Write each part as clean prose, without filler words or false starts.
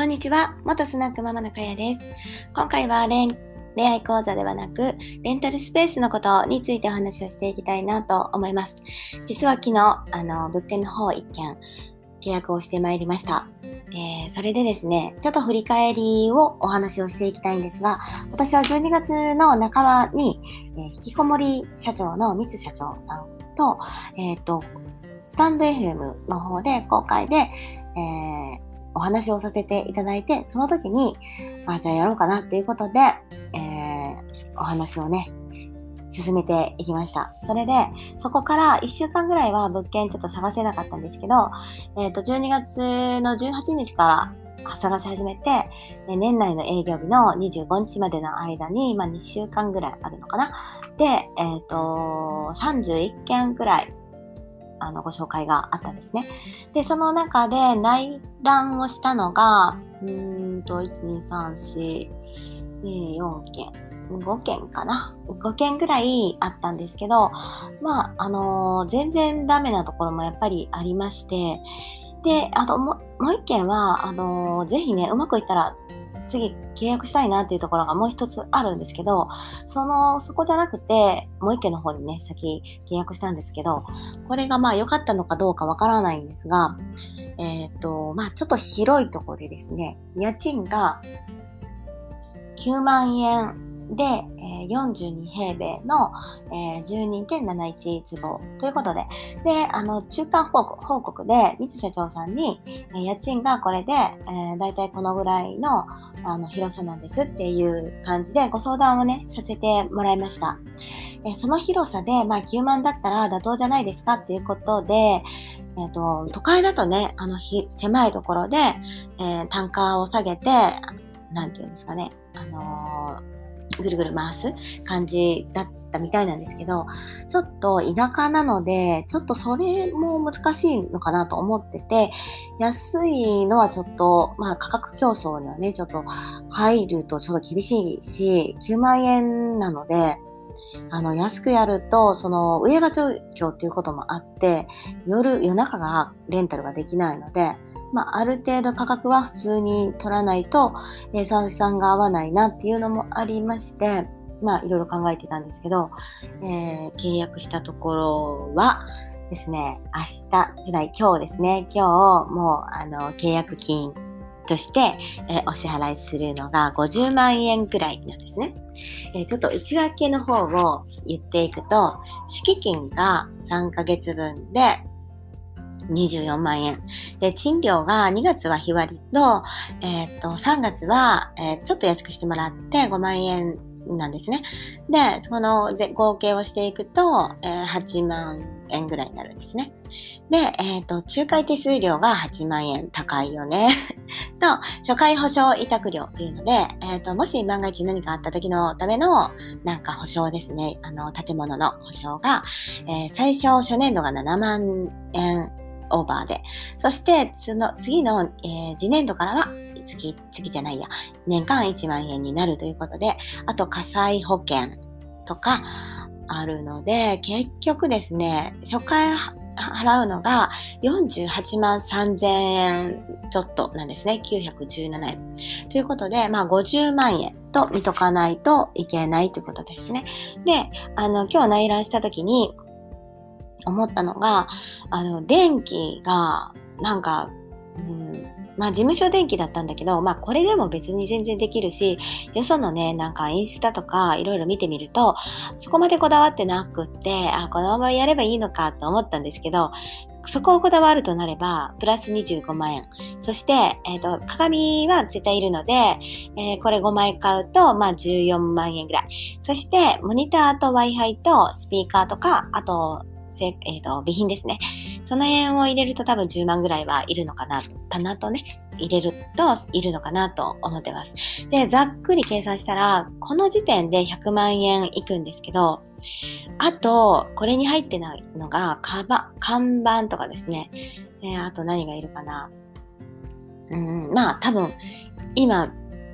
こんにちは。元スナックママのかやです。今回は恋愛講座ではなく、レンタルスペースのことについてお話をしていきたいなと思います。実は昨日、物件の方一件契約をしてまいりました。それでですね、ちょっと振り返りをお話をしていきたいんですが、私は12月の半ばに、引きこもり社長の三津社長さんと、スタンド FM の方で公開で、お話をさせていただいて、その時に、じゃあやろうかなということで、お話をね、進めていきました。それで、そこから1週間ぐらいは物件ちょっと探せなかったんですけど、12月の18日から探し始めて、年内の営業日の25日までの間に、2週間ぐらいあるのかな。で、31件くらい、ご紹介があったんですね。で、その中で内覧をしたのが、1、2、3、4、4件、5件かな。5件ぐらいあったんですけど、全然ダメなところもやっぱりありまして、で、あともう1件は、ぜひね、うまくいったら、次契約したいなっていうところがもう一つあるんですけど、そこじゃなくて、もう一件の方にね、先契約したんですけど、これが良かったのかどうかわからないんですが、ちょっと広いところでですね、家賃が9万円で、42平米の、12.71 坪ということで、中間報告で、三津社長さんに、家賃がこれで、だいたいこのぐらいの、広さなんですっていう感じでご相談をね、させてもらいました。その広さで、9万だったら妥当じゃないですかっていうことで、都会だとね、狭いところで、単価を下げて、なんていうんですかね、ぐるぐる回す感じだったみたいなんですけど、ちょっと田舎なので、ちょっとそれも難しいのかなと思ってて、安いのはちょっと、価格競争にはね、ちょっと入るとちょっと厳しいし、9万円なので、安くやると、上が状況っていうこともあって、夜中がレンタルができないので、ある程度価格は普通に取らないと、採算が合わないなっていうのもありまして、いろいろ考えてたんですけど、契約したところはですね、今日ですね、今日も契約金として、お支払いするのが50万円くらいなんですね。ちょっと内訳の方を言っていくと、敷金が3ヶ月分で24万円。で、賃料が2月は日割りと、3月は、ちょっと安くしてもらって5万円なんですね。で、その合計をしていくと、8万円ぐらいになるんですね。で、仲介手数料が8万円高いよね。と、初回保証委託料っていうので、もし万が一何かあった時のための、保証ですね。建物の保証が、最初初年度が7万円オーバーで、そして次の、次年度からは月じゃないや、年間1万円になるということで、あと火災保険とかあるので、結局ですね、初回払うのが48万3000円ちょっとなんですね。917円。ということで、50万円と見とかないといけないということですね。で、今日内覧した時に思ったのが、電気が、事務所電気だったんだけど、これでも別に全然できるし、よそのね、インスタとかいろいろ見てみると、そこまでこだわってなくって、このままやればいいのかと思ったんですけど、そこをこだわるとなれば、プラス25万円。そして、鏡は絶対いるので、これ5枚買うと、14万円ぐらい。そして、モニターと Wi-Fi とスピーカーとか、あと、備品ですね。その辺を入れると多分10万ぐらいはいるのかなとね、入れるといるのかなと思ってます。で、ざっくり計算したら、この時点で100万円いくんですけど、あと、これに入ってないのが、看板とかですね。あと何がいるかな。多分、今、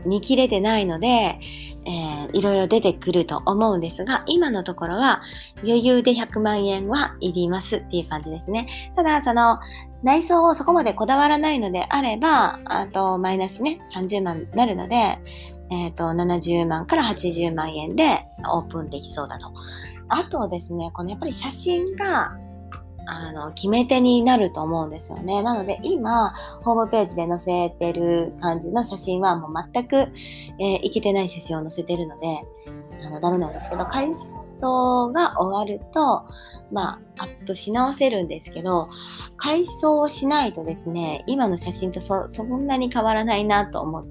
見切れてないので、いろいろ出てくると思うんですが、今のところは余裕で100万円はいりますっていう感じですね。ただ、内装をそこまでこだわらないのであれば、あとマイナスね、30万になるので、70万から80万円でオープンできそうだと。あとですね、やっぱり写真が、決め手になると思うんですよね。なので今、ホームページで載せてる感じの写真はもう全く、いけてない写真を載せてるので、ダメなんですけど、改装が終わると、アップし直せるんですけど、改装をしないとですね、今の写真とそんなに変わらないなと思って、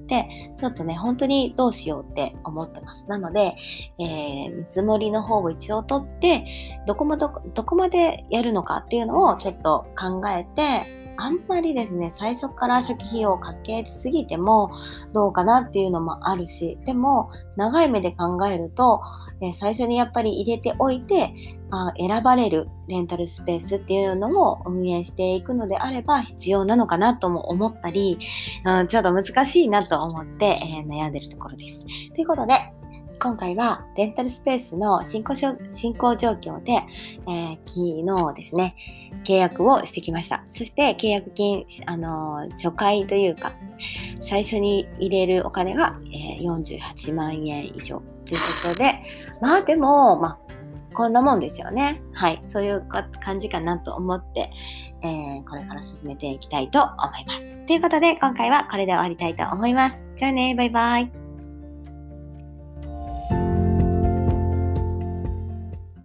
ちょっとね、本当にどうしようって思ってます。なので、見積もりの方を一応取って、どこまでやるのかっていうのをちょっと考えて、あんまりですね、最初から初期費用をかけすぎてもどうかなっていうのもあるし、でも長い目で考えると、最初にやっぱり入れておいて、選ばれるレンタルスペースっていうのを運営していくのであれば必要なのかなとも思ったり、ちょっと難しいなと思って、悩んでるところです。ということで、今回はレンタルスペースの進行状況で、昨日ですね、契約をしてきました。そして契約金、初回というか、最初に入れるお金が、48万円以上ということで、でも、こんなもんですよね。はい。そういう感じかなと思って、これから進めていきたいと思います。ということで、今回はこれで終わりたいと思います。じゃあね、バイバイ。